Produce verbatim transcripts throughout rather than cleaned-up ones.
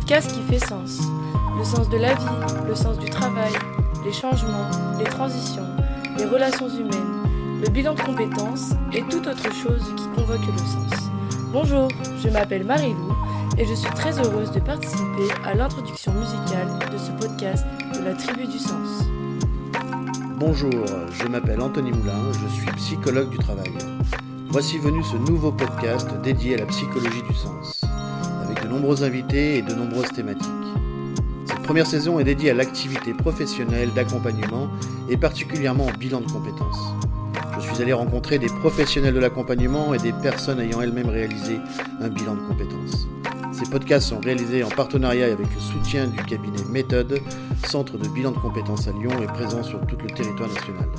podcast qui fait sens. Le sens de la vie, le sens du travail, les changements, les transitions, les relations humaines, le bilan de compétences et toute autre chose qui convoque le sens. Bonjour, je m'appelle Marie-Lou et je suis très heureuse de participer à l'introduction musicale de ce podcast de la Tribu du Sens. Bonjour, je m'appelle Anthony Moulin, je suis psychologue du travail. Voici venu ce nouveau podcast dédié à la psychologie du sens, avec de nombreux invités et de nombreuses thématiques. Cette première saison est dédiée à l'activité professionnelle d'accompagnement et particulièrement au bilan de compétences. Je suis allé rencontrer des professionnels de l'accompagnement et des personnes ayant elles-mêmes réalisé un bilan de compétences. Ces podcasts sont réalisés en partenariat avec le soutien du cabinet Méthode, centre de bilan de compétences à Lyon et présent sur tout le territoire national.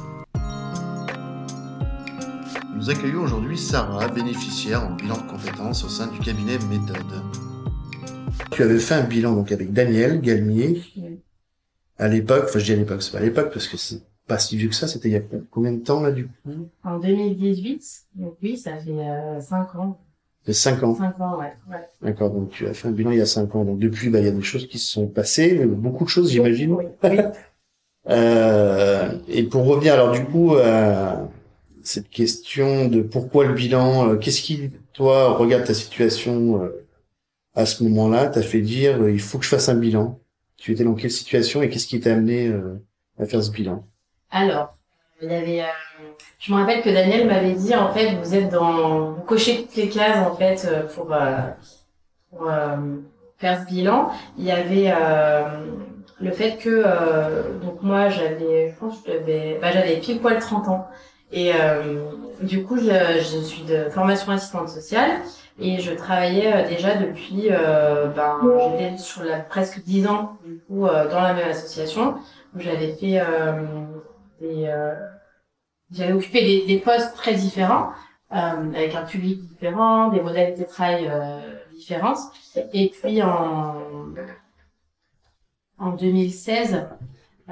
Nous accueillons aujourd'hui Sarah, bénéficiaire en bilan de compétences au sein du cabinet Méthode. Tu avais fait un bilan donc avec Daniel Galmier. Oui. À l'époque, enfin je dis à l'époque, c'est pas à l'époque parce que c'est pas si vieux que ça, c'était il y a combien de temps là du coup? En deux mille dix-huit, donc oui, ça fait euh, cinq ans. C'est cinq ans. cinq ans, ouais. ouais. D'accord, donc tu as fait un bilan il y a cinq ans. Donc depuis, bah il y a des choses qui se sont passées, beaucoup de choses j'imagine. Oui. oui. euh, et pour revenir alors du coup à cette question de pourquoi le bilan, euh, qu'est-ce qui, toi, regarde ta situation euh, à ce moment-là, t'a fait dire euh, il faut que je fasse un bilan. Tu étais dans quelle situation et qu'est-ce qui t'a amené euh, à faire ce bilan? Alors, il y avait, euh, je me rappelle que Daniel m'avait dit en fait vous êtes dans, vous cochez toutes les cases en fait pour, euh, pour euh, faire ce bilan. Il y avait euh, le fait que euh, donc moi j'avais, je pense que j'avais, bah j'avais pile poil trente ans. Et euh, du coup, je, je suis de formation assistante sociale et je travaillais euh, déjà depuis, euh, ben, j'étais sur la presque dix ans du coup euh, dans la même association où j'avais fait euh, des, euh, j'avais occupé des, des postes très différents euh, avec un public différent, des modalités de travail euh, différentes. Et puis en en deux mille seize. Euh,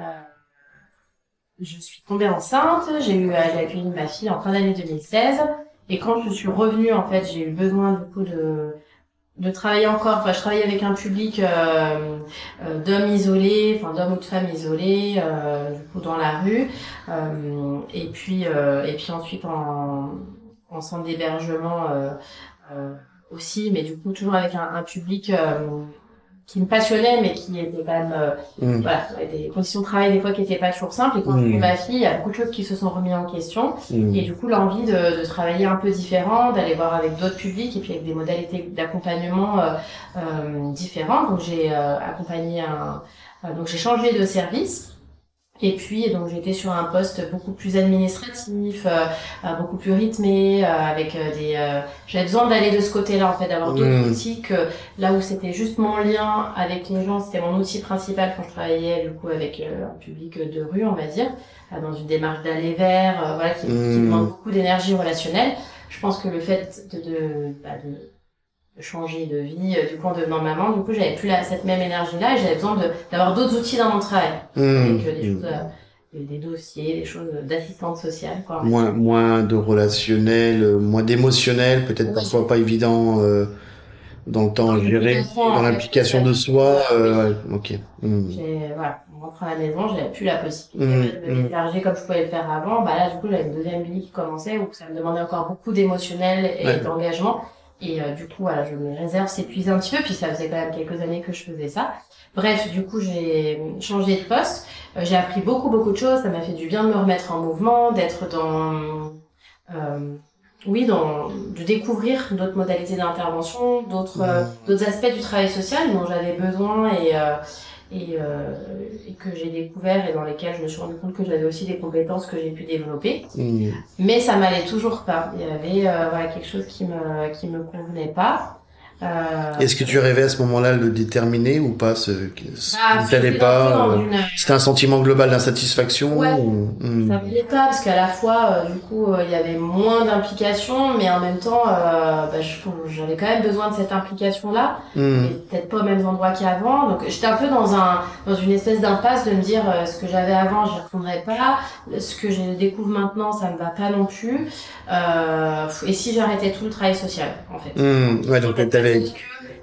Je suis tombée enceinte, j'ai eu, j'ai accueilli ma fille en fin d'année deux mille seize, et quand je suis revenue, en fait, j'ai eu besoin, du coup, de, de travailler encore, enfin, je travaillais avec un public, euh, euh, d'hommes isolés, enfin, d'hommes ou de femmes isolés, euh, du coup, dans la rue, euh, et puis, euh, et puis ensuite en, en centre d'hébergement, euh, euh, aussi, mais du coup, toujours avec un, un public, euh, qui me passionnait mais qui était quand même euh, mmh. voilà, des conditions de travail des fois qui étaient pas toujours simples, et quand mmh. j'ai eu ma fille il y a beaucoup de choses qui se sont remis en question mmh. et du coup l'envie de, de travailler un peu différent, d'aller voir avec d'autres publics et puis avec des modalités d'accompagnement euh, euh, différentes. Donc j'ai euh, accompagné un euh, donc j'ai changé de service. Et puis, donc, j'étais sur un poste beaucoup plus administratif, euh, beaucoup plus rythmé, euh, avec euh, des... Euh, j'avais besoin d'aller de ce côté-là, en fait, d'avoir d'autres mmh. outils que là où c'était juste mon lien avec les gens, c'était mon outil principal quand je travaillais, du coup, avec euh, un public de rue, on va dire, euh, dans une démarche d'aller vers, euh, voilà, qui, mmh. qui demande beaucoup d'énergie relationnelle. Je pense que le fait de... de, bah, de changer de vie, euh, du coup en devenant maman, du coup j'avais plus la, cette même énergie-là et j'avais besoin de, d'avoir d'autres outils dans mon travail, mmh. avec euh, des mmh. choses, euh, des dossiers, des choses d'assistante sociale, quoi. Moins, moins de relationnel, euh, moins d'émotionnel, peut-être oui. parfois pas évident euh, dans le temps à gérer, dans l'implication de soi. Euh, ouais, ok. Mmh. J'ai, voilà, on rentre à la maison, j'avais plus la possibilité mmh. de m'élargir comme je pouvais le faire avant. Bah là, du coup, j'avais une deuxième vie qui commençait où ça me demandait encore beaucoup d'émotionnel et ouais. d'engagement. Et euh, du coup, voilà, je me réserve s'épuiser un petit peu, puis ça faisait quand même quelques années que je faisais ça. Bref, du coup, j'ai changé de poste. Euh, j'ai appris beaucoup, beaucoup de choses. Ça m'a fait du bien de me remettre en mouvement, d'être dans... Euh, oui, dans... de découvrir d'autres modalités d'intervention, d'autres, euh, d'autres aspects du travail social dont j'avais besoin et... Euh, et, euh, et que j'ai découvert et dans lesquels je me suis rendu compte que j'avais aussi des compétences que j'ai pu développer. Mmh. Mais ça m'allait toujours pas. Il y avait euh, voilà, quelque chose qui me qui me convenait pas. Euh, Est-ce que tu rêvais à ce moment-là de le déterminer ou pas, ce, ce bah, qui t'allait pas euh, une... C'était un sentiment global d'insatisfaction ouais, ou... mmh. Ça m'allait pas parce qu'à la fois euh, du coup il euh, y avait moins d'implication, mais en même temps euh, bah, je, j'avais quand même besoin de cette implication là, mmh. mais peut-être pas aux mêmes endroits qu'avant. Donc j'étais un peu dans un dans une espèce d'impasse de me dire euh, ce que j'avais avant j'y retournerais pas, ce que je découvre maintenant ça me va pas non plus. Euh, et si j'arrêtais tout le travail social en fait. Mmh. Ouais, donc t'avais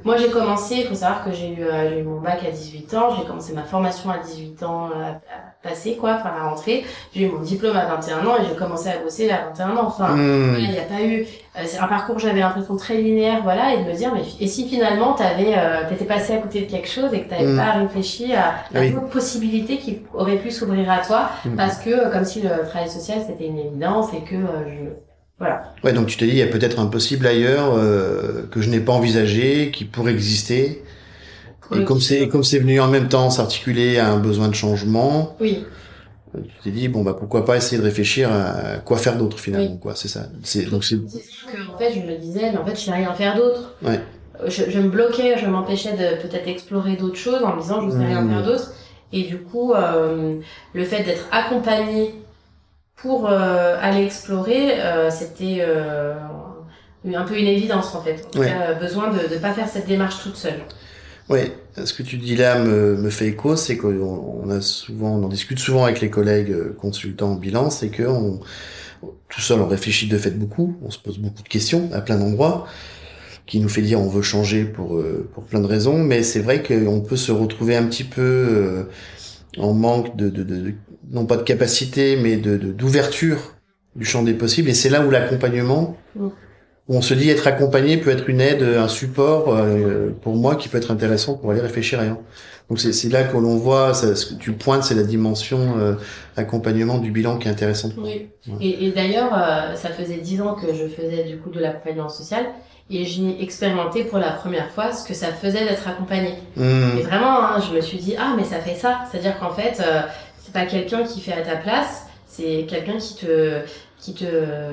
moi j'ai commencé, il faut savoir que j'ai eu, euh, j'ai eu mon bac à dix-huit ans, j'ai commencé ma formation à dix-huit ans euh, à passer, quoi, enfin à rentrer. J'ai eu mon diplôme à vingt et un ans et j'ai commencé à bosser à vingt et un ans. Enfin, Mmh. il n'y a pas eu... Euh, c'est un parcours, j'avais l'impression très linéaire, voilà, et de me dire, mais et si finalement t'avais, euh, t'étais passé à côté de quelque chose et que t'avais Mmh. pas réfléchi à, à Oui. d'autres possibilités qui auraient pu s'ouvrir à toi, Mmh. parce que euh, comme si le travail social c'était une évidence et que euh, je... Voilà. Ouais, donc tu t'es dit, il y a peut-être un possible ailleurs euh, que je n'ai pas envisagé, qui pourrait exister. Et Oui. comme c'est et comme c'est venu en même temps s'articuler à un besoin de changement, Oui. tu t'es dit bon bah pourquoi pas essayer de réfléchir à quoi faire d'autre finalement, Oui. quoi. C'est ça. C'est donc c'est. C'est sûr que, en fait, je me disais, mais en fait, je sais rien faire d'autre. Ouais. Je, je me bloquais, je m'empêchais de peut-être explorer d'autres choses en me disant, je sais rien Mmh. faire d'autre. Et du coup, euh, le fait d'être accompagnée pour euh, aller explorer, euh, c'était euh, un peu une évidence en fait. En tout Ouais. cas, euh, besoin de ne pas faire cette démarche toute seule. Ouais, ce que tu dis là me, me fait écho, c'est qu'on on a souvent, on en discute souvent avec les collègues euh, consultants en bilan, c'est que on, tout seul on réfléchit de fait beaucoup, on se pose beaucoup de questions à plein d'endroits, qui nous fait dire on veut changer pour euh, pour plein de raisons, mais c'est vrai qu'on peut se retrouver un petit peu euh, en manque de, de, de, de non pas de capacité, mais de de- d'ouverture du champ des possibles, et c'est là où l'accompagnement Mm. on se dit être accompagné peut être une aide, un support euh, pour moi qui peut être intéressant pour aller réfléchir ailleurs. Donc c'est c'est là que l'on voit, ça, ce que tu pointes, c'est la dimension euh, accompagnement du bilan qui est intéressante. Oui. Ouais. Et, et d'ailleurs, euh, ça faisait dix ans que je faisais du coup de l'accompagnement social et j'ai expérimenté pour la première fois ce que ça faisait d'être accompagnée. Mmh. Et vraiment, hein, je me suis dit, ah, mais ça fait ça. C'est-à-dire qu'en fait, euh, c'est pas quelqu'un qui fait à ta place, c'est quelqu'un qui te, qui te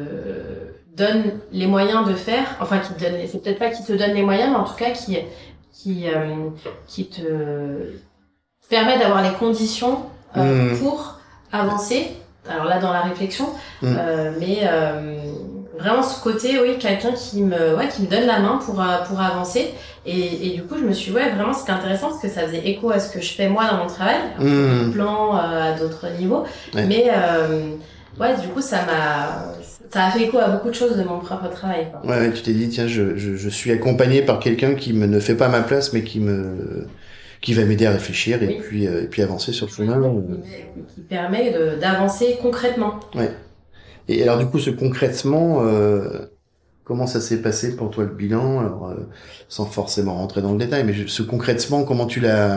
donne les moyens de faire, enfin, qui te donne, c'est peut-être pas qui te donne les moyens, mais en tout cas, qui, qui, euh, qui te permet d'avoir les conditions euh, Mmh. pour avancer. Alors là, dans la réflexion, Mmh. euh, mais euh, vraiment ce côté, oui, quelqu'un qui me, ouais, qui me donne la main pour euh, pour avancer. Et, et du coup, je me suis, ouais, vraiment, c'était intéressant parce que ça faisait écho à ce que je fais moi dans mon travail, à Mmh. d'autres plans, euh, à d'autres niveaux. Ouais. Mais euh, ouais, du coup, ça m'a, ça a fait écho à beaucoup de choses de mon propre travail, quoi. Ouais, ouais, tu t'es dit tiens, je, je, je suis accompagné par quelqu'un qui me ne fait pas ma place, mais qui me qui va m'aider à réfléchir et Oui. puis euh, et puis avancer sur le chemin. Qui, qui permet de, d'avancer concrètement. Et alors du coup, ce concrètement, euh, comment ça s'est passé pour toi le bilan? Alors, euh, sans forcément rentrer dans le détail, mais je- ce concrètement, comment tu l'as,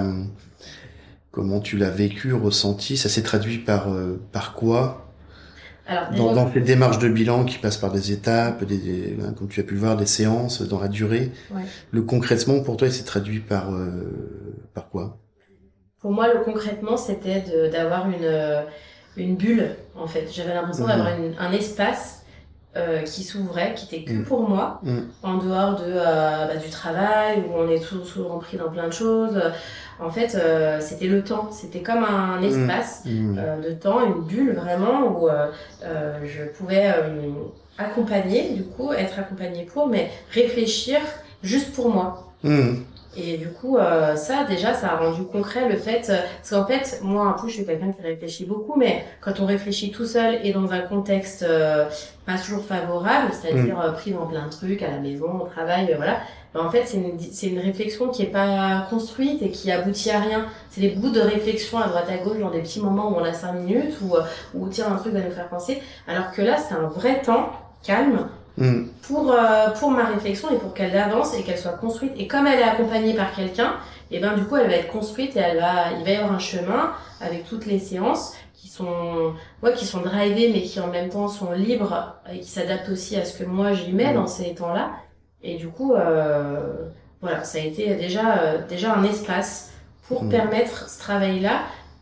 comment tu l'as vécu, ressenti? Ça s'est traduit par euh, par quoi? Alors, Dans, déjà, dans ces démarches de bilan qui passent par des étapes, des, des- hein, comme tu as pu le voir, des séances, dans la durée. Ouais. Le concrètement pour toi, il s'est traduit par euh, par quoi? pour moi, le concrètement, c'était de, d'avoir une, euh, une bulle, en fait. J'avais l'impression Mhm. d'avoir une, un espace euh, qui s'ouvrait, qui était que Mhm. pour moi, Mhm. en dehors de, euh, bah, du travail, où on est toujours, toujours pris dans plein de choses. En fait, euh, c'était le temps. C'était comme un espace Mmh. euh, de temps, une bulle vraiment, où euh, euh, je pouvais euh, accompagner, du coup, être accompagnée pour, mais réfléchir juste pour moi. Mmh. Et du coup, euh, ça, déjà, ça a rendu concret le fait... euh, parce qu'en fait, moi, un peu, je suis quelqu'un qui réfléchit beaucoup, mais quand on réfléchit tout seul et dans un contexte euh, pas toujours favorable, c'est-à-dire euh, pris dans plein de trucs, à la maison, au travail, euh, voilà, ben, en fait, c'est une, c'est une réflexion qui est pas construite et qui aboutit à rien. C'est des bouts de réflexion à droite à gauche dans des petits moments où on a cinq minutes, ou euh, où tiens, un truc va nous faire penser. Alors que là, c'est un vrai temps calme, Mmh. pour euh, pour ma réflexion et pour qu'elle avance et qu'elle soit construite, et comme elle est accompagnée par quelqu'un, et ben du coup elle va être construite et elle va il va y avoir un chemin avec toutes les séances qui sont ouais qui sont drivées mais qui en même temps sont libres et qui s'adaptent aussi à ce que moi j'y mets Mmh. dans ces temps-là. Et du coup euh, voilà, ça a été déjà euh, déjà un espace pour Mmh. permettre ce travail-là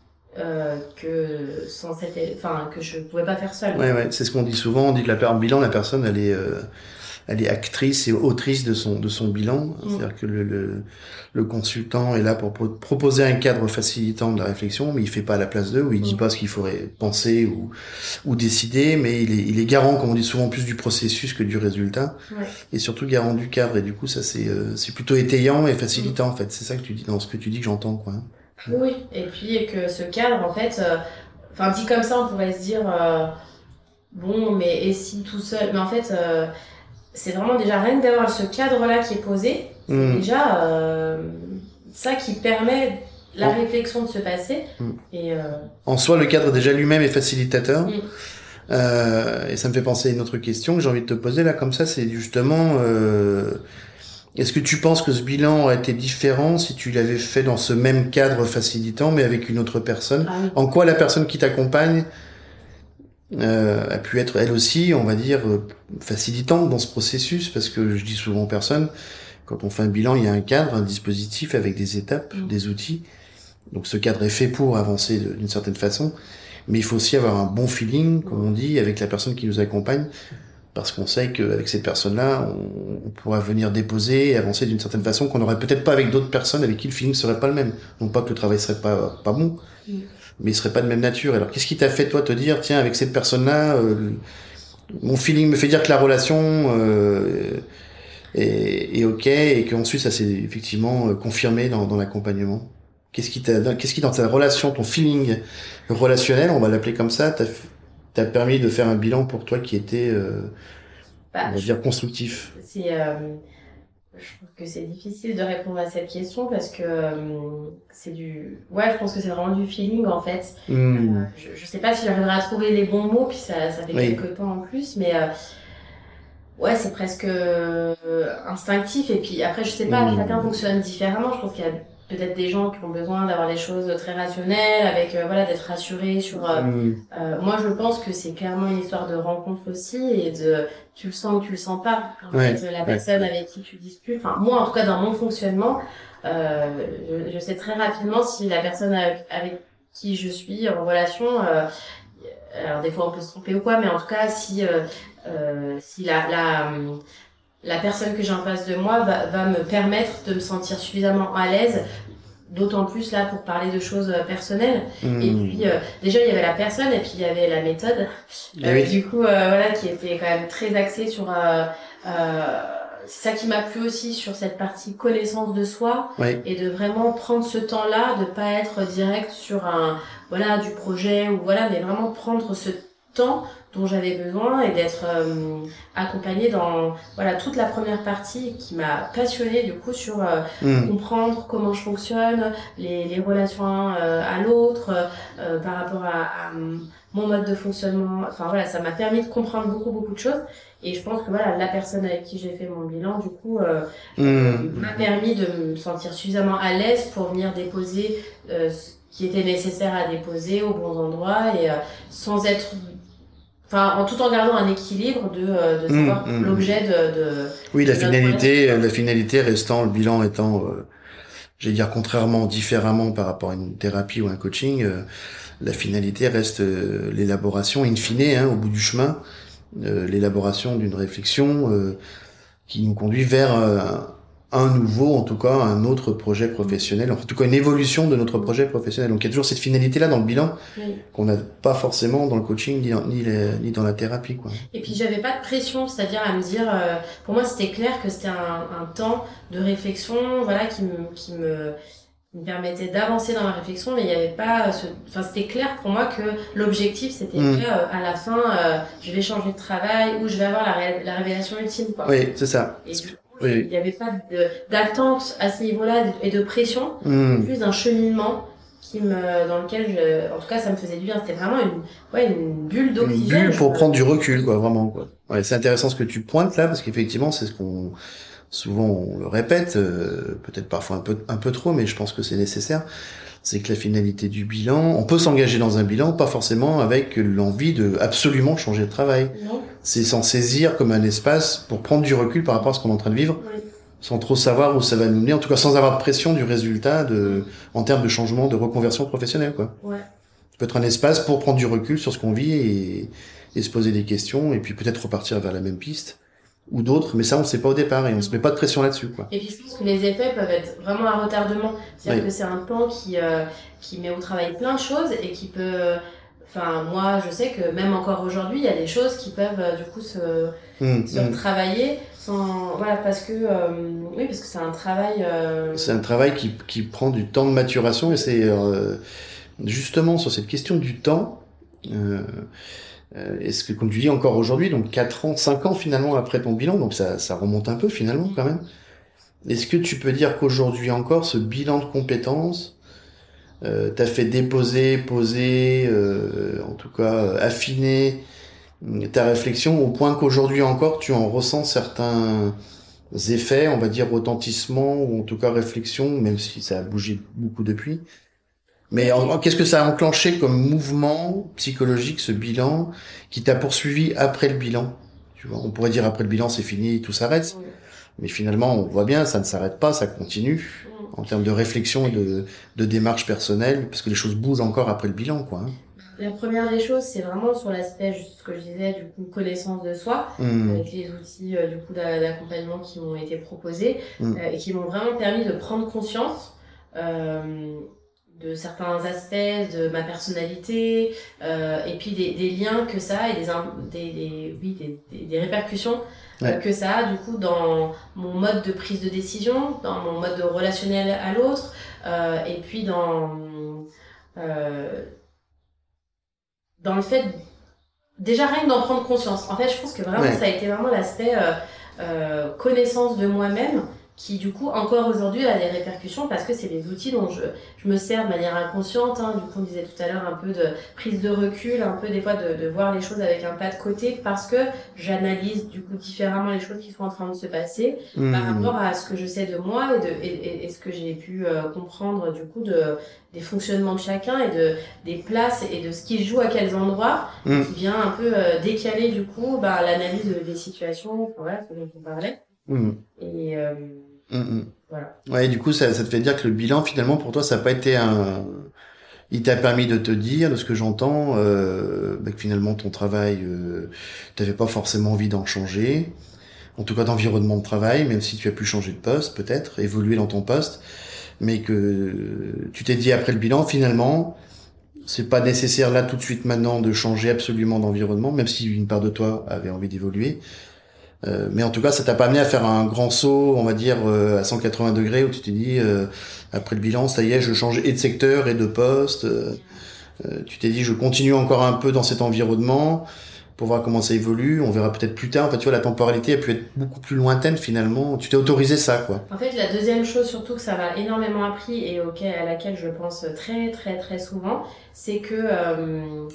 euh, que sans cette enfin que je pouvais pas faire seule. Ouais, ouais, c'est ce qu'on dit souvent. On dit que la en bilan, la personne, elle est, euh, elle est actrice et autrice de son de son bilan. Mm. C'est-à-dire que le, le le consultant est là pour pro- proposer un cadre facilitant de la réflexion, mais il fait pas à la place d'eux, ou il dit Mm. pas ce qu'il faudrait penser ou ou décider, mais il est il est garant, comme on dit souvent, plus du processus que du résultat, Ouais. et surtout garant du cadre. Et du coup, ça c'est euh, c'est plutôt étayant et facilitant en fait. C'est ça que tu dis dans ce que tu dis que j'entends, quoi. Oui, et puis que ce cadre, en fait, euh, enfin dit comme ça, on pourrait se dire, euh, bon, mais et si tout seul, mais en fait, euh, c'est vraiment déjà rien que d'avoir ce cadre-là qui est posé, C'est Mmh. déjà euh, ça qui permet la Oh. réflexion de se passer. Mmh. Et euh, En soi, le cadre déjà lui-même est facilitateur. Mmh. Euh, et ça me fait penser à une autre question que j'ai envie de te poser là, comme ça, c'est justement, euh, est-ce que tu penses que ce bilan aurait été différent si tu l'avais fait dans ce même cadre facilitant, mais avec une autre personne? ah oui. En quoi la personne qui t'accompagne euh, a pu être elle aussi, on va dire, euh, facilitante dans ce processus? Parce que je dis souvent aux personnes, quand on fait un bilan, il y a un cadre, un dispositif avec des étapes, Mmh. des outils. Donc ce cadre est fait pour avancer de- d'une certaine façon, mais il faut aussi avoir un bon feeling, comme on dit, avec la personne qui nous accompagne, parce qu'on sait qu'avec cette personne-là, on, on pourra venir déposer et avancer d'une certaine façon qu'on n'aurait peut-être pas avec d'autres personnes avec qui le feeling serait pas le même. Non pas que le travail serait pas pas bon, Mm. mais il serait pas de même nature. Alors qu'est-ce qui t'a fait toi te dire, tiens, avec cette personne-là, euh, mon feeling me fait dire que la relation euh, est, est ok et qu'ensuite ça s'est effectivement euh, confirmé dans, dans l'accompagnement? Qu'est-ce qui t'a, qu'est-ce qui dans ta relation, ton feeling relationnel, on va l'appeler comme ça, t'a, t'a permis de faire un bilan pour toi qui était, euh, Bah, on va je- dire, constructif? c'est, euh, je trouve que c'est difficile de répondre à cette question parce que euh, c'est du, ouais, je pense que c'est vraiment du feeling en fait. Hmm. Euh, je, je sais pas si j'arriverai à trouver les bons mots, puis ça, ça fait Oui. quelques temps en plus, mais euh, ouais, c'est presque euh, instinctif. Et puis après, je sais pas, Mmh. chacun fonctionne différemment. Je pense qu'il y a peut-être des gens qui ont besoin d'avoir des choses très rationnelles, avec euh, voilà, d'être rassurés sur. Euh, Hmm. euh, moi, je pense que c'est clairement une histoire de rencontre aussi et de tu le sens ou tu le sens pas. En Ouais, fait, la ouais. personne avec qui tu discutes. Enfin, moi, en tout cas, dans mon fonctionnement, euh, je, je sais très rapidement si la personne avec, avec qui je suis en relation. Euh, alors des fois on peut se tromper ou quoi, mais en tout cas si euh, euh, si la la la personne que j'ai en face de moi va va me permettre de me sentir suffisamment à l'aise, d'autant plus là pour parler de choses euh, personnelles. Hmm. Et puis euh, déjà il y avait la personne et puis il y avait la méthode. Eh Euh, oui. Du coup euh, voilà qui était quand même très axée sur euh, euh, c'est ça qui m'a plu aussi sur cette partie connaissance de soi Ouais. et de vraiment prendre ce temps-là, de pas être direct sur un voilà du projet ou voilà, mais vraiment prendre ce temps dont j'avais besoin et d'être euh, accompagnée dans voilà toute la première partie qui m'a passionnée du coup sur euh, Hmm. comprendre comment je fonctionne, les, les relations euh, à l'autre, euh, par rapport à, à mon mode de fonctionnement. Enfin voilà, ça m'a permis de comprendre beaucoup beaucoup de choses. Et je pense que voilà, la personne avec qui j'ai fait mon bilan, du coup, euh, Hmm. m'a permis de me sentir suffisamment à l'aise pour venir déposer euh, ce qui était nécessaire à déposer aux bons endroits et euh, sans être, enfin, en tout en gardant un équilibre de, euh, de savoir Mmh, mmh. l'objet de, de. Oui, la de notre finalité, relation. la finalité restant, le bilan étant, euh, j'allais dire contrairement, différemment par rapport à une thérapie ou un coaching, euh, la finalité reste euh, l'élaboration, in fine, hein, au bout du chemin, euh, l'élaboration d'une réflexion euh, qui nous conduit vers euh, un nouveau, en tout cas, un autre projet professionnel, en tout cas une évolution de notre projet professionnel. Donc il y a toujours cette finalité-là dans le bilan Oui. qu'on n'a pas forcément dans le coaching ni dans, ni, les- ni dans la thérapie, quoi. Et puis j'avais pas de pression, c'est-à-dire à me dire, euh, pour moi c'était clair que c'était un, un temps de réflexion, voilà, qui me, qui me, qui me permettait d'avancer dans ma réflexion, mais il y avait pas, ce, enfin c'était clair pour moi que l'objectif c'était Mm. que euh, à la fin, euh, je vais changer de travail ou je vais avoir la, ré- la révélation ultime, quoi. Oui, c'est ça. Et du coup, Oui, oui. il n'y avait pas de- d'attente à ce niveau-là et de pression, Hmm. plus d'un cheminement qui me, dans lequel je, en tout cas ça me faisait du bien. C'était vraiment une, ouais, une bulle Une d'oxygène. bulle pour Je- prendre du recul, quoi, vraiment, quoi. Ouais, c'est intéressant ce que tu pointes là, parce qu'effectivement, c'est ce qu'on, souvent on le répète, euh, peut-être parfois un peu, un peu trop, mais je pense que c'est nécessaire. C'est que la finalité du bilan, on peut s'engager dans un bilan, pas forcément avec l'envie de absolument changer de travail. Non, C'est s'en saisir comme un espace pour prendre du recul par rapport à ce qu'on est en train de vivre, oui. sans trop savoir où ça va nous mener, en tout cas sans avoir de pression du résultat de, en termes de changement, de reconversion professionnelle, quoi. Ouais. Ça peut être un espace pour prendre du recul sur ce qu'on vit et, et se poser des questions et puis peut-être repartir vers la même piste ou d'autres, mais ça on ne sait pas au départ et on se met pas de pression là-dessus, quoi. Et puis je pense que les effets peuvent être vraiment un retardement. C'est-à-dire Oui. que c'est un temps qui, euh, qui met au travail plein de choses et qui peut... Enfin, moi, je sais que même encore aujourd'hui, il y a des choses qui peuvent euh, du coup se, Hum, se hum. travailler sans... Voilà, parce que... euh, oui, parce que c'est un travail... euh, C'est un travail qui, qui prend du temps de maturation et c'est euh, justement sur cette question du temps. Euh, euh, est-ce que, comme tu dis encore aujourd'hui, donc quatre ans, cinq ans finalement après ton bilan, donc ça, ça remonte un peu finalement quand même. Est-ce que tu peux dire qu'aujourd'hui encore, ce bilan de compétences euh, t'a fait déposer, poser, euh, en tout cas euh, affiner ta réflexion au point qu'aujourd'hui encore, tu en ressens certains effets, on va dire retentissement ou en tout cas réflexion, même si ça a bougé beaucoup depuis. Mais en, en, qu'est-ce que ça a enclenché comme mouvement psychologique, ce bilan, qui t'a poursuivi après le bilan? Tu vois, on pourrait dire après le bilan, c'est fini, tout s'arrête. Oui. Mais finalement, on voit bien, ça ne s'arrête pas, ça continue oui. en termes de réflexion et de, de démarche personnelle, parce que les choses bougent encore après le bilan, quoi. Hein. La première des choses, c'est vraiment sur l'aspect, juste ce que je disais, du coup, connaissance de soi, mmh. avec les outils euh, du coup d'accompagnement qui m'ont été proposés mmh. euh, et qui m'ont vraiment permis de prendre conscience euh, de certains aspects de ma personnalité euh, et puis des, des liens que ça a et des, des, des, oui, des, des, des répercussions ouais. euh, que ça a du coup dans mon mode de prise de décision, dans mon mode de relationnel à l'autre euh, et puis dans... Euh, dans le fait, déjà rien que d'en prendre conscience. En fait, je pense que vraiment, ouais. ça a été vraiment l'aspect euh, euh, connaissance de moi-même qui, du coup, encore aujourd'hui, a des répercussions parce que c'est des outils dont je, je me sers de manière inconsciente. Hein. Du coup, on disait tout à l'heure un peu de prise de recul, un peu des fois de, de voir les choses avec un pas de côté parce que j'analyse, du coup, différemment les choses qui sont en train de se passer mmh. par rapport à ce que je sais de moi et, de, et, et, et ce que j'ai pu euh, comprendre, du coup, de... des fonctionnements de chacun et de des places et de ce qui joue à quels endroits mmh. qui vient un peu euh, décaler du coup bah, l'analyse de, des situations, voilà, ce dont on parlait mmh. et euh, mmh. voilà. Ouais, du coup ça, ça te fait dire que le bilan finalement pour toi ça n'a pas été un, il t'a permis de te dire, de ce que j'entends, euh, bah, que finalement ton travail, euh, t'avais pas forcément envie d'en changer, en tout cas d'environnement de travail, même si tu as pu changer de poste peut-être, évoluer dans ton poste. Mais que tu t'es dit après le bilan, finalement, c'est pas nécessaire là tout de suite maintenant de changer absolument d'environnement, même si une part de toi avait envie d'évoluer. Euh, mais en tout cas, ça t'a pas amené à faire un grand saut, on va dire, euh, à cent quatre-vingts degrés, où tu t'es dit, euh, après le bilan, ça y est, je change et de secteur et de poste. Euh, euh, tu t'es dit, je continue encore un peu dans cet environnement pour voir comment ça évolue, on verra peut-être plus tard. En fait, tu vois, la temporalité a pu être beaucoup plus lointaine finalement. Tu t'es autorisé ça, quoi. En fait, la deuxième chose surtout que ça m'a énormément appris et auquel, à laquelle je pense très très très souvent, c'est que euh,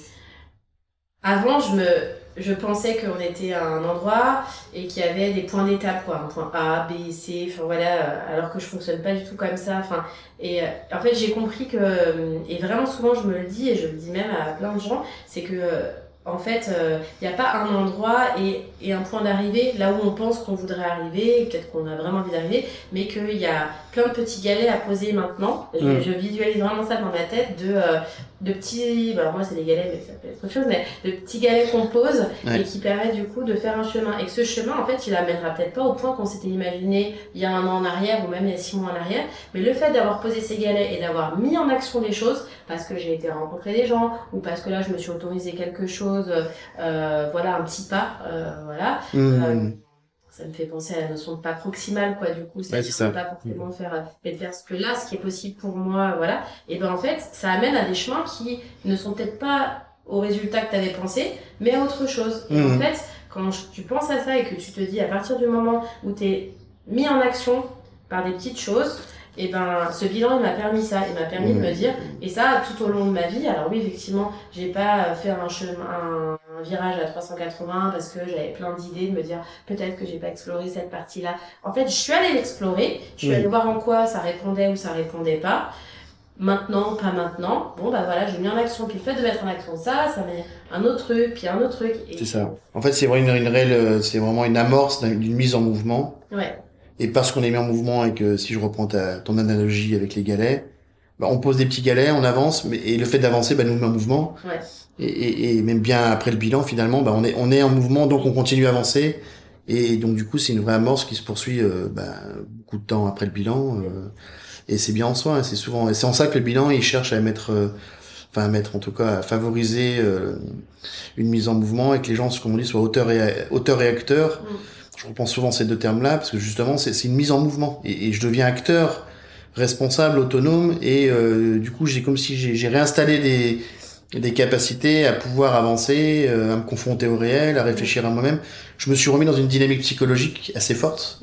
avant, je me, je pensais qu'on était à un endroit et qu'il y avait des points d'étape, quoi, un point A, B, C, enfin voilà, alors que je fonctionne pas du tout comme ça. Enfin, et en fait, j'ai compris que, et vraiment souvent je me le dis et je le dis même à plein de gens, c'est que en fait, il euh, n'y a pas un endroit et, et un point d'arrivée là où on pense qu'on voudrait arriver, peut-être qu'on a vraiment envie d'arriver, mais qu'il y a plein de petits galets à poser maintenant. Je, mmh. je visualise vraiment ça dans ma tête de, euh, de petits, bah alors moi c'est des galets, mais ça peut être autre chose, mais de petits galets qu'on pose ouais. et qui permettent du coup de faire un chemin. Et que ce chemin, en fait, il amènera peut-être pas au point qu'on s'était imaginé il y a un an en arrière ou même il y a six mois en arrière, mais le fait d'avoir posé ces galets et d'avoir mis en action des choses, parce que j'ai été rencontrer des gens ou parce que là je me suis autorisé quelque chose, euh, voilà, un petit pas, euh, voilà. Mmh. Euh, ça me fait penser à la notion de pas proximal, quoi, du coup, c'est ouais, c'est pas forcément mmh. faire, mais de faire ce que là, ce qui est possible pour moi, voilà. Et ben, en fait, ça amène à des chemins qui ne sont peut-être pas au résultat que tu avais pensé, mais à autre chose. Et mmh. en fait, quand tu penses à ça et que tu te dis, à partir du moment où tu es mis en action par des petites choses, et ben, ce bilan, il m'a permis ça, il m'a permis mmh. de me dire, et ça, tout au long de ma vie. Alors oui, effectivement, j'ai pas fait un chemin, un, un virage à trois cent quatre-vingts parce que j'avais plein d'idées de me dire, peut-être que j'ai pas exploré cette partie-là. En fait, je suis allée l'explorer, je suis mmh. allée voir en quoi ça répondait ou ça répondait pas. Maintenant, pas maintenant. Bon, bah voilà, j'ai mis en action, puis le fait de mettre en action ça, ça met un autre truc, puis un autre truc. Et... C'est ça. En fait, c'est vraiment une, une réelle, c'est vraiment une amorce d'une mise en mouvement. Ouais. Et parce qu'on est mis en mouvement et que si je reprends ta, ton analogie avec les galets, bah on pose des petits galets, on avance, mais et le fait d'avancer, bah nous met en mouvement. Ouais. Et, et, et même bien après le bilan, finalement, bah on est on est en mouvement, donc on continue à avancer. Et donc du coup, c'est une vraie amorce qui se poursuit euh, bah, beaucoup de temps après le bilan. Euh, et c'est bien en soi. Hein, c'est souvent, et c'est en ça que le bilan, il cherche à mettre, euh, enfin à mettre en tout cas, à favoriser euh, une mise en mouvement et que les gens, comme on dit, soient auteurs et auteurs et acteurs. Mm. Je reprends souvent ces deux termes-là parce que justement, c'est, c'est une mise en mouvement et, et je deviens acteur, responsable, autonome et euh, du coup, j'ai comme si j'ai, j'ai réinstallé des des capacités à pouvoir avancer, euh, à me confronter au réel, à réfléchir à moi-même. Je me suis remis dans une dynamique psychologique assez forte. Mm.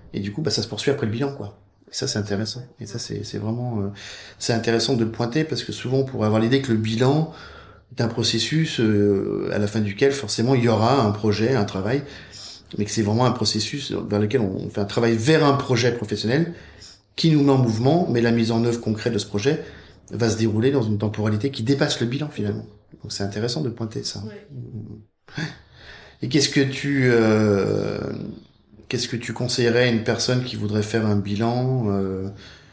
Et du coup, bah, ça se poursuit après le bilan, quoi. Et ça, c'est intéressant. Et ça, c'est, c'est vraiment, euh, c'est intéressant de le pointer parce que souvent, on pourrait avoir l'idée que le bilan est un processus euh, à la fin duquel, forcément, il y aura un projet, un travail, mais que c'est vraiment un processus vers lequel on fait un travail vers un projet professionnel qui nous met en mouvement, mais la mise en œuvre concrète de ce projet va se dérouler dans une temporalité qui dépasse le bilan, finalement. Donc, c'est intéressant de pointer ça. Ouais. Et qu'est-ce que tu, euh, qu'est-ce que tu conseillerais à une personne qui voudrait faire un bilan? euh,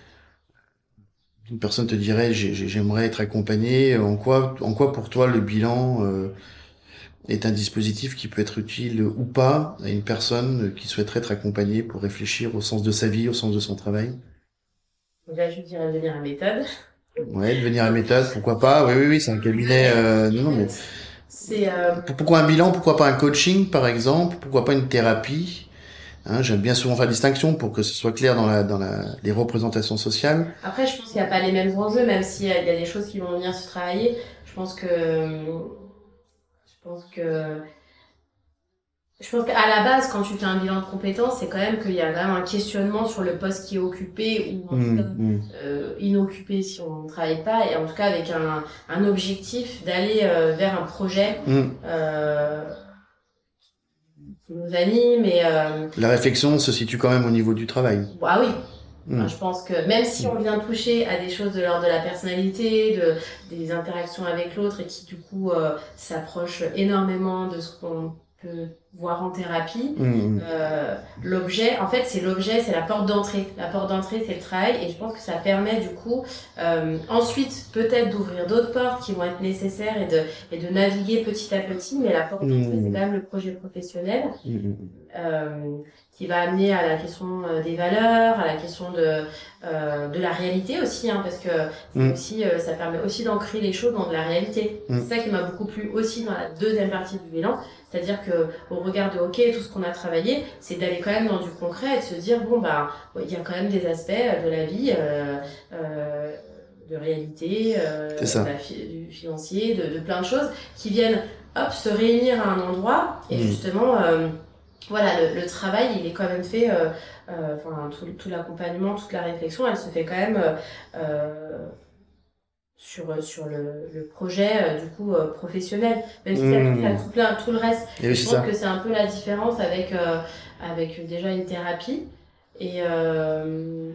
Une personne te dirait, j'ai- j'ai- j'aimerais être accompagné. En quoi, en quoi pour toi le bilan euh, est un dispositif qui peut être utile ou pas à une personne qui souhaiterait être accompagnée pour réfléchir au sens de sa vie, au sens de son travail? Là, je dirais devenir une méthode. Ouais, devenir un méthode, pourquoi pas? Oui, oui, oui, c'est un cabinet. Euh, non, non, mais C'est euh... pourquoi un bilan? Pourquoi pas un coaching, par exemple? Pourquoi pas une thérapie? Hein, j'aime bien souvent faire la distinction pour que ce soit clair dans la dans la les représentations sociales. Après, je pense qu'il n'y a pas les mêmes enjeux, même s'il y a, il y a des choses qui vont venir se travailler. Je pense que je pense que je pense qu'à la base, quand tu fais un bilan de compétences, c'est quand même qu'il y a quand même un questionnement sur le poste qui est occupé ou en tout cas Mmh, euh, inoccupé si on ne travaille pas, et en tout cas avec un un objectif d'aller euh, vers un projet. mmh. Euh, qui nous anime et euh... La réflexion se situe quand même au niveau du travail. Ah oui. Mmh. Enfin, je pense que même si on vient toucher à des choses de l'ordre de la personnalité, de des interactions avec l'autre et qui du coup euh, s'approchent énormément de ce qu'on peut voir en thérapie, Mmh. euh, l'objet, en fait, c'est l'objet, c'est la porte d'entrée. La porte d'entrée, c'est le travail, et je pense que ça permet du coup euh, ensuite peut-être d'ouvrir d'autres portes qui vont être nécessaires et de et de naviguer petit à petit. Mais la porte d'entrée, Mmh. c'est quand même le projet professionnel. Mmh. Euh, qui va amener à la question euh, des valeurs, à la question de euh, de la réalité aussi, hein, parce que c'est Mm. aussi euh, ça permet aussi d'ancrer les choses dans de la réalité. Mm. C'est ça qui m'a beaucoup plu aussi dans la deuxième partie du bilan, c'est-à-dire que au regard de ok tout ce qu'on a travaillé, c'est d'aller quand même dans du concret et de se dire bon bah il y a quand même des aspects de la vie. Euh, euh, de réalité, euh, C'est ça. de la fi- du financier, de, de plein de choses qui viennent hop se réunir à un endroit et Mm. justement euh, voilà, le, le travail, il est quand même fait, euh, euh, enfin, tout, tout l'accompagnement, toute la réflexion, elle se fait quand même euh, euh, sur, sur le, le projet, euh, du coup, euh, professionnel. Même si Mmh. ça tout, plein, tout le reste. Et oui, Je c'est pense ça. que c'est un peu la différence avec, euh, avec déjà une thérapie. Et euh,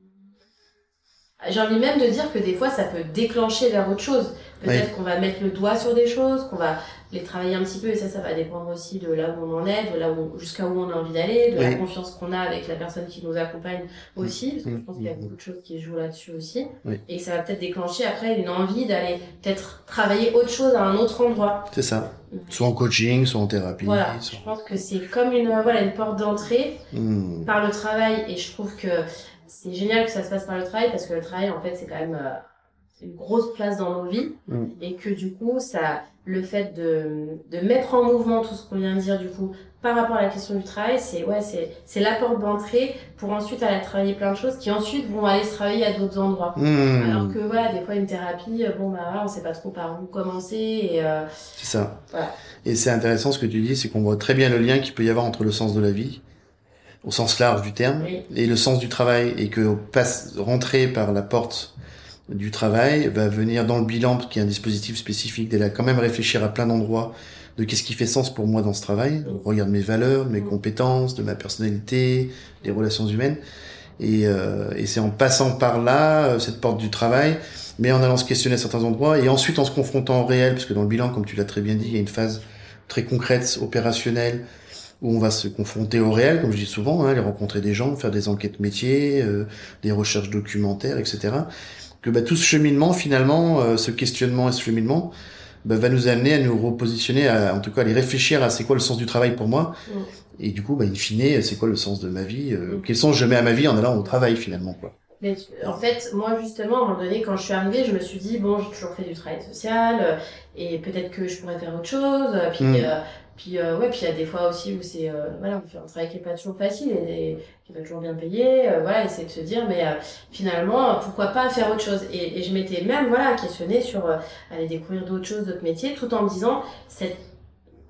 j'ai envie même de dire que des fois, ça peut déclencher vers autre chose. Peut-être Oui. qu'on va mettre le doigt sur des choses, qu'on va les travailler un petit peu, et ça, ça va dépendre aussi de là où on en est, de là où, jusqu'à où on a envie d'aller, de la Oui. confiance qu'on a avec la personne qui nous accompagne aussi, parce que Mm. je pense qu'il y a beaucoup de choses qui jouent là-dessus aussi. Oui. Et ça va peut-être déclencher après une envie d'aller peut-être travailler autre chose à un autre endroit. C'est ça. Soit en coaching, soit en thérapie. Voilà, soit- je pense que c'est comme une, voilà, une porte d'entrée Mmh. par le travail, et je trouve que c'est génial que ça se passe par le travail, parce que le travail, en fait, c'est quand même euh, une grosse place dans nos vies, Mm. et que du coup, ça, le fait de, de mettre en mouvement tout ce qu'on vient de dire, du coup, par rapport à la question du travail, c'est, ouais, c'est, c'est la porte d'entrée pour ensuite aller travailler plein de choses qui ensuite vont aller se travailler à d'autres endroits. Mmh. Alors que, voilà, des fois, une thérapie, euh, bon, bah, voilà, on sait pas trop par où commencer, et, euh, C'est ça. voilà. Et c'est intéressant ce que tu dis, c'est qu'on voit très bien le lien qu'il peut y avoir entre le sens de la vie, au sens large du terme, Oui. et le sens du travail, et que passe, rentrer par la porte du travail va venir dans le bilan, qui est un dispositif spécifique, d'aller quand même réfléchir à plein d'endroits de qu'est-ce qui fait sens pour moi dans ce travail, au regard de mes valeurs, de mes Mm. compétences, de ma personnalité, des relations humaines. Et, euh, et c'est en passant par là, euh, cette porte du travail, mais en allant se questionner à certains endroits, et ensuite en se confrontant au réel, parce que dans le bilan, comme tu l'as très bien dit, il y a une phase très concrète, opérationnelle, où on va se confronter au réel, comme je dis souvent, hein, aller rencontrer des gens, faire des enquêtes métiers, euh, des recherches documentaires, et cetera. Que bah, tout ce cheminement, finalement, euh, ce questionnement et ce cheminement, bah, va nous amener à nous repositionner, à, en tout cas à aller réfléchir à c'est quoi le sens du travail pour moi, Mm. et du coup, bah, in fine, c'est quoi le sens de ma vie, euh, Mm. quel sens je mets à ma vie en allant au travail, finalement, quoi. Mais tu- en fait, moi justement, à un moment donné, quand je suis arrivée, je me suis dit bon, j'ai toujours fait du travail social, euh, et peut-être que je pourrais faire autre chose. euh, Puis, Mm. euh, puis euh, ouais, puis il y a des fois aussi où c'est, euh, voilà, on fait un travail qui est pas toujours facile et, et qui est pas toujours bien payé. Euh, voilà, essayer de se dire, mais euh, finalement, pourquoi pas faire autre chose. Et, et je m'étais même, voilà, questionnée sur euh, aller découvrir d'autres choses, d'autres métiers, tout en me disant cette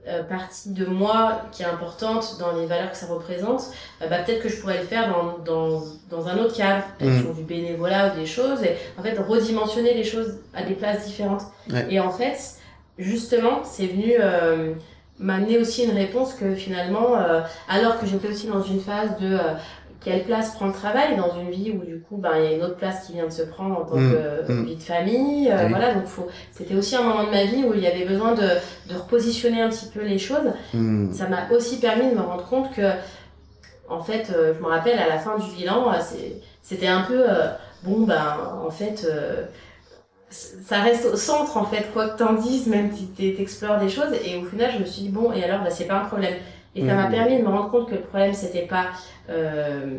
euh, partie de moi qui est importante dans les valeurs que ça représente, euh, bah, peut-être que je pourrais le faire dans, dans, dans un autre cadre, peut-être Mmh. sur du bénévolat ou des choses, et en fait redimensionner les choses à des places différentes. Ouais. Et en fait, justement, c'est venu euh, m'amener aussi une réponse que finalement, euh, alors que j'étais aussi dans une phase de euh, quelle place prend le travail dans une vie où du coup ben il y a une autre place qui vient de se prendre en tant Mmh, que euh, mmh. vie de famille, euh, Oui. voilà, donc faut c'était aussi un moment de ma vie où il y avait besoin de de repositionner un petit peu les choses. Mmh. Ça m'a aussi permis de me rendre compte que en fait euh, je me rappelle à la fin du bilan, euh, c'est c'était un peu euh, bon ben en fait euh, ça reste au centre en fait, quoi que t'en dises, même si t'explores des choses, et au final je me suis dit bon, et alors bah c'est pas un problème. Et ça m'a Mmh. permis de me rendre compte que le problème c'était pas euh,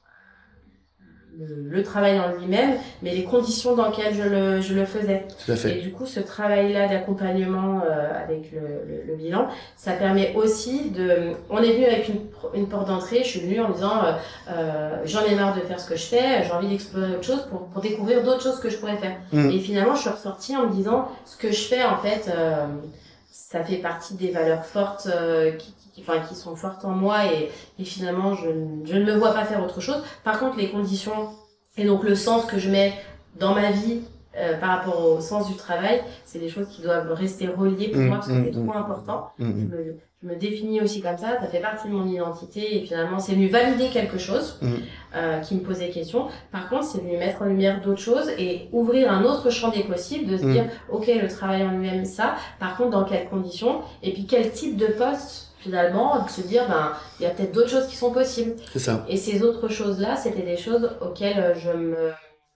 le, le travail en lui-même, mais les conditions dans lesquelles je le, je le faisais. Tout à Et fait. du coup, ce travail-là d'accompagnement euh, avec le, le, le bilan, ça permet aussi de... On est venu avec une, une porte d'entrée, je suis venue en me disant euh, euh, j'en ai marre de faire ce que je fais, j'ai envie d'explorer autre chose pour, pour découvrir d'autres choses que je pourrais faire. Mmh. Et finalement, je suis ressortie en me disant ce que je fais, en fait, euh, ça fait partie des valeurs fortes euh, qui, qui, enfin, qui sont fortes en moi, et, et finalement, je, ne- je ne me vois pas faire autre chose. Par contre, les conditions et donc le sens que je mets dans ma vie euh, par rapport au sens du travail, c'est des choses qui doivent rester reliées pour Mmh, moi parce que mmh, c'est mmh. trop important. Je Mmh. me, je me définis aussi comme ça, ça fait partie de mon identité, et finalement, c'est venu valider quelque chose Mmh. euh, qui me posait question. Par contre, c'est venu mettre en lumière d'autres choses et ouvrir un autre champ des possibles, de se Mm. dire, ok, le travail en lui-même, ça, par contre, dans quelles conditions, et puis quel type de poste, finalement, de se dire, ben, il y a peut-être d'autres choses qui sont possibles. C'est ça. Et ces autres choses-là, c'était des choses auxquelles euh, je me,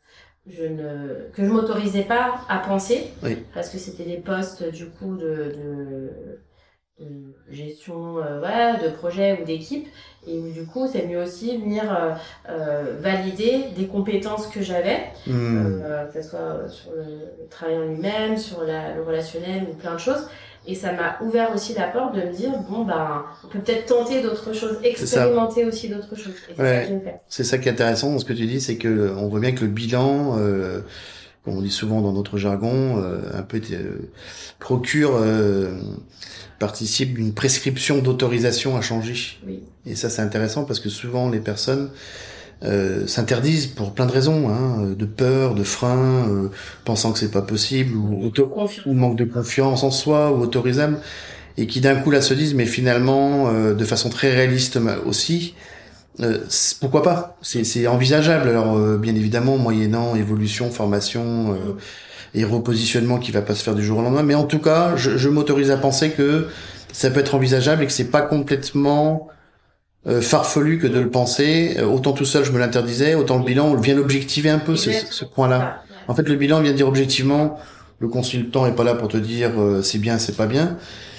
je ne, que je m'autorisais pas à penser, Oui. parce que c'était des postes, du coup, de, de, de gestion, euh, voilà, de projet ou d'équipe, et où du coup c'est mieux aussi venir euh, euh, valider des compétences que j'avais, Mmh. euh, que ce soit sur le, le travail en lui-même, sur la, le relationnel ou plein de choses. Et ça m'a ouvert aussi la porte de me dire bon ben on peut peut-être tenter d'autres choses, expérimenter aussi d'autres choses. Et c'est Ouais. ça que j'ai fait. C'est ça qui est intéressant dans ce que tu dis, c'est que on voit bien que le bilan, euh, comme on dit souvent dans notre jargon, euh, un peu euh, procure, euh, participe d'une prescription d'autorisation à changer. Oui. Et ça, c'est intéressant parce que souvent les personnes euh, s'interdisent pour plein de raisons, hein, de peur, de frein, euh, pensant que c'est pas possible, ou, auto- Confiance. ou manque de confiance en soi, ou autorisable, et qui d'un coup là se disent, mais finalement, euh, de façon très réaliste ma- aussi, euh, c'est- pourquoi pas? C'est, c'est envisageable. Alors, euh, bien évidemment, moyennant évolution, formation euh, et repositionnement qui va pas se faire du jour au lendemain, mais en tout cas, je, je m'autorise à penser que ça peut être envisageable et que c'est pas complètement euh, farfelu que de le penser. Euh, autant tout seul, je me l'interdisais, autant le bilan, on vient l'objectiver un peu ce, ce, ce point-là. En fait, le bilan vient dire objectivement, le consultant est pas là pour te dire euh, c'est bien, c'est pas bien.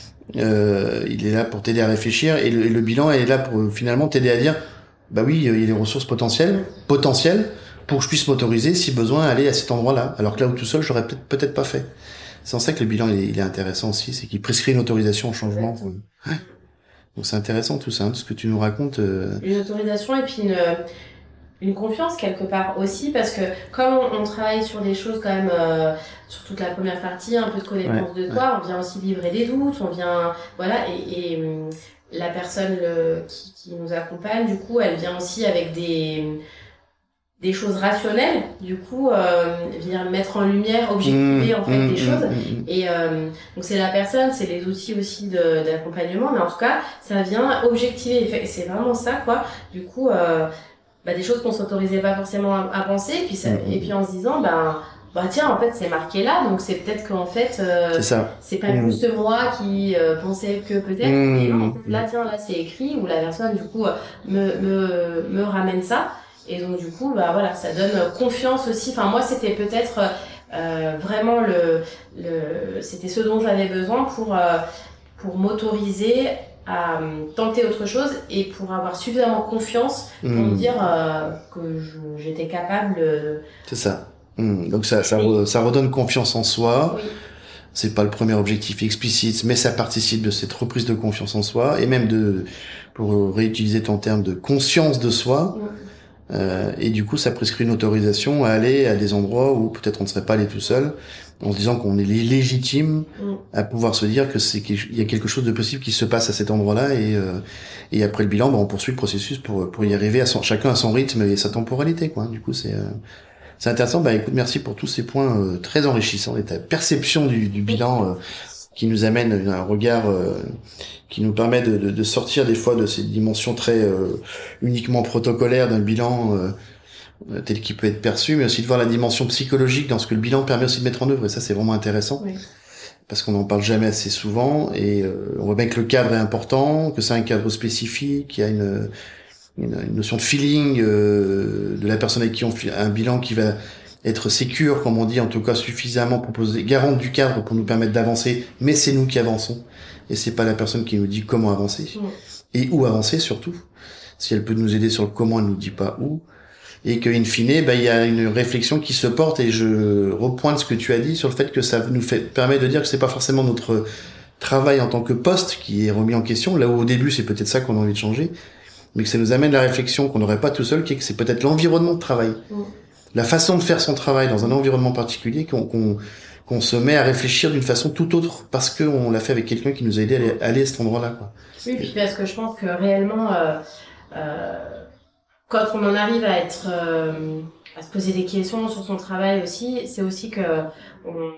Euh, il est là pour t'aider à réfléchir, et le, et le bilan est là pour euh, finalement t'aider à dire bah oui, il y a des ressources potentielles, potentielles pour que je puisse m'autoriser si besoin à aller à cet endroit-là. Alors que là où tout seul, j'aurais peut-être peut-être pas fait. C'est en ça que le bilan il est, il est intéressant aussi, c'est qu'il prescrit une autorisation au changement. Ouais. Donc c'est intéressant tout ça, hein, tout ce que tu nous racontes. Euh... Une autorisation et puis une une confiance quelque part aussi, parce que comme on, on travaille sur des choses quand même, euh, sur toute la première partie, un peu de connaissance Ouais, de toi, on vient aussi livrer des doutes, on vient, voilà, et, et hum, la personne le, qui, qui nous accompagne, du coup, elle vient aussi avec des des choses rationnelles, du coup, euh, vient mettre en lumière, objectiver Mmh, en fait mmh, des choses. mmh, mmh. Et euh, donc c'est la personne, c'est les outils aussi de d'accompagnement, mais en tout cas, ça vient objectiver. Et c'est vraiment ça, quoi. Du coup. Euh, bah, des choses qu'on s'autorisait pas forcément à, à penser, et puis, ça, Mmh. et puis en se disant, bah, bah tiens, en fait, c'est marqué là, donc c'est peut-être qu'en fait, euh, C'est ça. c'est pas Mmh. juste moi qui euh, pensais que peut-être, Mmh. et non, en fait, là, tiens, là, c'est écrit, ou la personne, du coup, euh, me, me, me ramène ça, et donc, du coup, bah voilà, ça donne confiance aussi. Enfin, moi, c'était peut-être euh, vraiment le, le, c'était ce dont j'avais besoin pour, euh, pour m'autoriser à tenter autre chose et pour avoir suffisamment confiance pour Mmh. me dire euh, que je- j'étais capable de... C'est ça. Mmh. Donc ça, ça, re- ça redonne confiance en soi. Oui. C'est pas le premier objectif explicite, mais ça participe de cette reprise de confiance en soi et même de, pour réutiliser ton terme, de conscience de soi. Mm. Euh, et du coup, ça prescrit une autorisation à aller à des endroits où peut-être on ne serait pas allé tout seul, en se disant qu'on est légitime mm. à pouvoir se dire que c'est qu'il y a quelque chose de possible qui se passe à cet endroit-là, et euh, et après le bilan, ben, on poursuit le processus pour pour y arriver à son, chacun à son rythme et sa temporalité, quoi. Du coup, c'est euh, c'est intéressant. Bah écoute, merci pour tous ces points euh, très enrichissants et ta perception du, du bilan euh, qui nous amène un regard euh, qui nous permet de, de, de sortir des fois de ces dimensions très euh, uniquement protocolaires d'un bilan euh, tel qu'il peut être perçu, mais aussi de voir la dimension psychologique dans ce que le bilan permet aussi de mettre en œuvre. Et ça, c'est vraiment intéressant, oui. Parce qu'on n'en parle jamais assez souvent. Et euh, on voit bien que le cadre est important, que c'est un cadre spécifique, qu'il y a une, une, une notion de feeling euh, de la personne avec qui on fait un bilan qui va être sécure, comme on dit, en tout cas suffisamment proposé, garante du cadre pour nous permettre d'avancer, mais c'est nous qui avançons. Et c'est pas la personne qui nous dit comment avancer. Mmh. Et où avancer, surtout. Si elle peut nous aider sur le comment, elle nous dit pas où. Et que, in fine, bah, il y a une réflexion qui se porte, et je repointe ce que tu as dit sur le fait que ça nous fait, permet de dire que c'est pas forcément notre travail en tant que poste qui est remis en question, là où au début c'est peut-être ça qu'on a envie de changer, mais que ça nous amène la réflexion qu'on n'aurait pas tout seul, qui est que c'est peut-être l'environnement de travail. Mmh. La façon de faire son travail dans un environnement particulier qu'on, qu'on, qu'on se met à réfléchir d'une façon tout autre parce qu'on l'a fait avec quelqu'un qui nous a aidé à aller, à, aller à cet endroit-là, quoi. Oui, puis parce que je pense que réellement, euh, euh, quand on en arrive à être, euh, à se poser des questions sur son travail aussi, c'est aussi que on,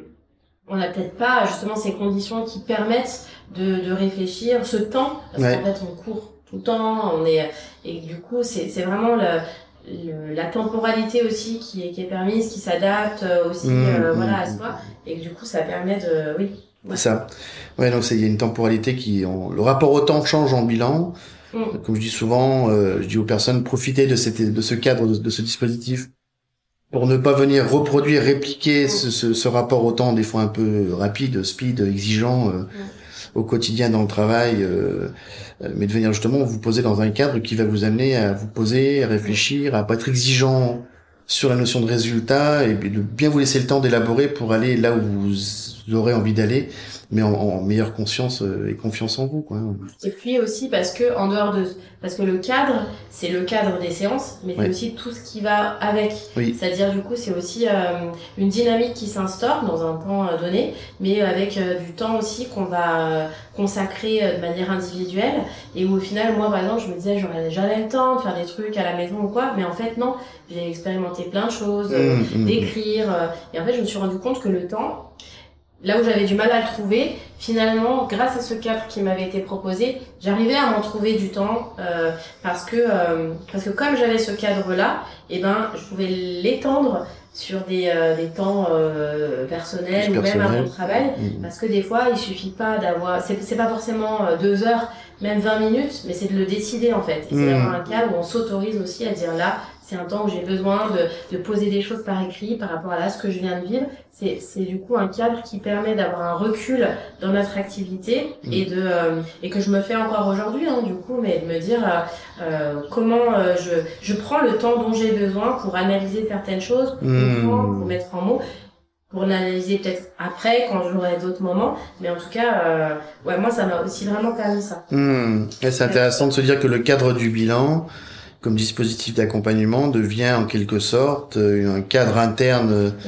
on n'a peut-être pas justement ces conditions qui permettent de, de réfléchir, ce temps, parce ouais. qu'en fait on court tout le temps, on est, et du coup c'est, c'est vraiment le Le, la temporalité aussi qui est, qui est permise, qui s'adapte aussi mmh, euh, mmh, voilà à soi, et que du coup ça permet de oui ouais. C'est ça ouais donc c'est il y a une temporalité qui on, le rapport au temps change en bilan. mmh. Comme je dis souvent, euh, je dis aux personnes, profitez de cette de ce cadre, de, de ce dispositif pour ne pas venir reproduire, répliquer mmh. ce, ce, ce rapport au temps des fois un peu rapide, speed, exigeant euh, mmh. au quotidien dans le travail, euh, mais de venir justement vous poser dans un cadre qui va vous amener à vous poser, à réfléchir, à pas être exigeant sur la notion de résultat, et de bien vous laisser le temps d'élaborer pour aller là où vous aurez envie d'aller, mais en, en meilleure conscience et confiance en vous, quoi. Et puis aussi parce que en dehors de, parce que le cadre, c'est le cadre des séances, mais c'est oui. aussi tout ce qui va avec. Oui. C'est-à-dire du coup, c'est aussi euh, une dynamique qui s'instaure dans un temps euh, donné, mais avec euh, du temps aussi qu'on va euh, consacrer euh, de manière individuelle, et où au final, moi par exemple, je me disais j'aurais jamais le temps de faire des trucs à la maison ou quoi, mais en fait non, j'ai expérimenté plein de choses, euh, mmh, d'écrire, euh, et en fait je me suis rendu compte que le temps, là où j'avais du mal à le trouver, finalement, grâce à ce cadre qui m'avait été proposé, j'arrivais à m'en trouver du temps, euh, parce que euh, parce que comme j'avais ce cadre-là, et ben je pouvais l'étendre sur des euh, des temps euh, personnels ou même à mon travail, mmh. parce que des fois il suffit pas d'avoir, c'est c'est pas forcément deux heures, même vingt minutes, mais c'est de le décider en fait. Et mmh. c'est d'avoir un cadre où on s'autorise aussi à dire là, c'est un temps où j'ai besoin de, de poser des choses par écrit par rapport à là ce que je viens de vivre. C'est, c'est du coup un cadre qui permet d'avoir un recul dans notre activité mmh. et de euh, et que je me fais encore aujourd'hui, hein, du coup, mais de me dire euh, euh, comment euh, je je prends le temps dont j'ai besoin pour analyser certaines choses, pour mmh. comprendre, pour mettre en mots, pour l'analyser peut-être après quand j'aurai d'autres moments, mais en tout cas, euh, ouais, moi ça m'a aussi vraiment permis ça. Mmh. Et c'est intéressant de se dire que le cadre du bilan, comme dispositif d'accompagnement, devient en quelque sorte un cadre interne mmh.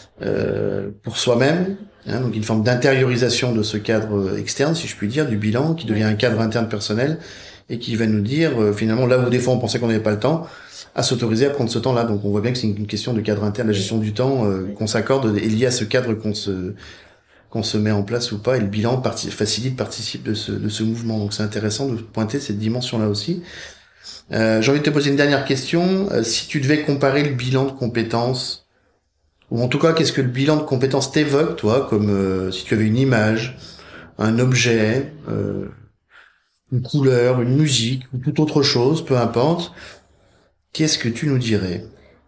euh, pour soi-même, hein, donc une forme d'intériorisation de ce cadre externe, si je puis dire, du bilan, qui devient un cadre interne personnel et qui va nous dire euh, finalement là où des fois on pensait qu'on n'avait pas le temps, à s'autoriser à prendre ce temps-là. Donc on voit bien que c'est une question de cadre interne, la gestion du temps euh, qu'on s'accorde est liée à ce cadre qu'on se qu'on se met en place ou pas, et le bilan parti- facilite, participe de ce de ce mouvement. Donc c'est intéressant de pointer cette dimension-là aussi. Euh, j'ai envie de te poser une dernière question. Euh, si tu devais comparer le bilan de compétences, ou en tout cas, qu'est-ce que le bilan de compétences t'évoque, toi, comme euh, si tu avais une image, un objet, euh, une couleur, une musique, ou toute autre chose, peu importe, qu'est-ce que tu nous dirais ?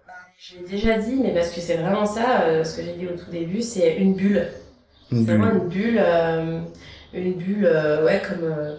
Je l'ai déjà dit, mais parce que c'est vraiment ça, euh, ce que j'ai dit au tout début, c'est une bulle. Une c'est bulle. Vraiment une bulle, euh, une bulle, euh, ouais, comme... Euh,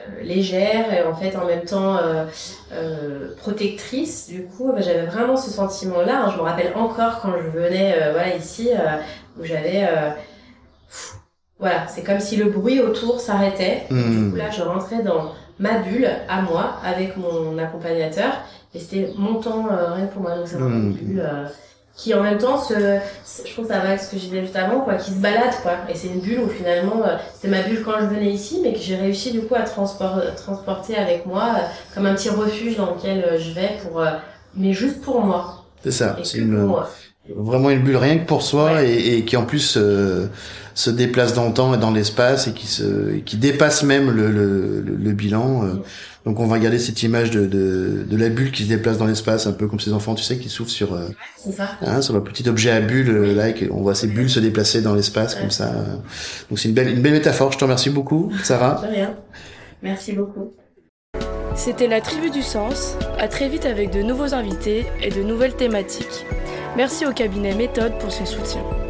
légère et en fait en même temps euh, euh, protectrice. Du coup bah, j'avais vraiment ce sentiment là, hein. Je me rappelle encore quand je venais euh, voilà ici euh, où j'avais euh, pff, voilà, c'est comme si le bruit autour s'arrêtait. mmh. Du coup là je rentrais dans ma bulle à moi avec mon accompagnateur. Et c'était mon temps euh, rien que pour moi. Donc c'est vraiment une bulle euh, qui en même temps se, je trouve que ça va avec ce que je disais juste avant, quoi, qui se balade, quoi. Et c'est une bulle où finalement, euh, c'était ma bulle quand je venais ici, mais que j'ai réussi du coup à transport, transporter avec moi euh, comme un petit refuge dans lequel euh, je vais pour, euh, mais juste pour moi. C'est ça. Et C'est que une, pour moi. Vraiment une bulle rien que pour soi Ouais. et, et qui en plus euh, se déplace dans le temps et dans l'espace et qui se, et qui dépasse même le, le, le, le bilan. Euh. Mm. Donc on va regarder cette image de, de, de la bulle qui se déplace dans l'espace, un peu comme ces enfants, tu sais, qui soufflent sur, euh, C'est ça. hein, sur leur petit objet à bulle, euh, là, et que on voit ces bulles se déplacer dans l'espace Ouais. comme ça. Donc c'est une belle, une belle métaphore. Je te remercie beaucoup, Sarah. De rien. Merci beaucoup. C'était la Tribu du Sens. À très vite avec de nouveaux invités et de nouvelles thématiques. Merci au cabinet Méthode pour son soutien.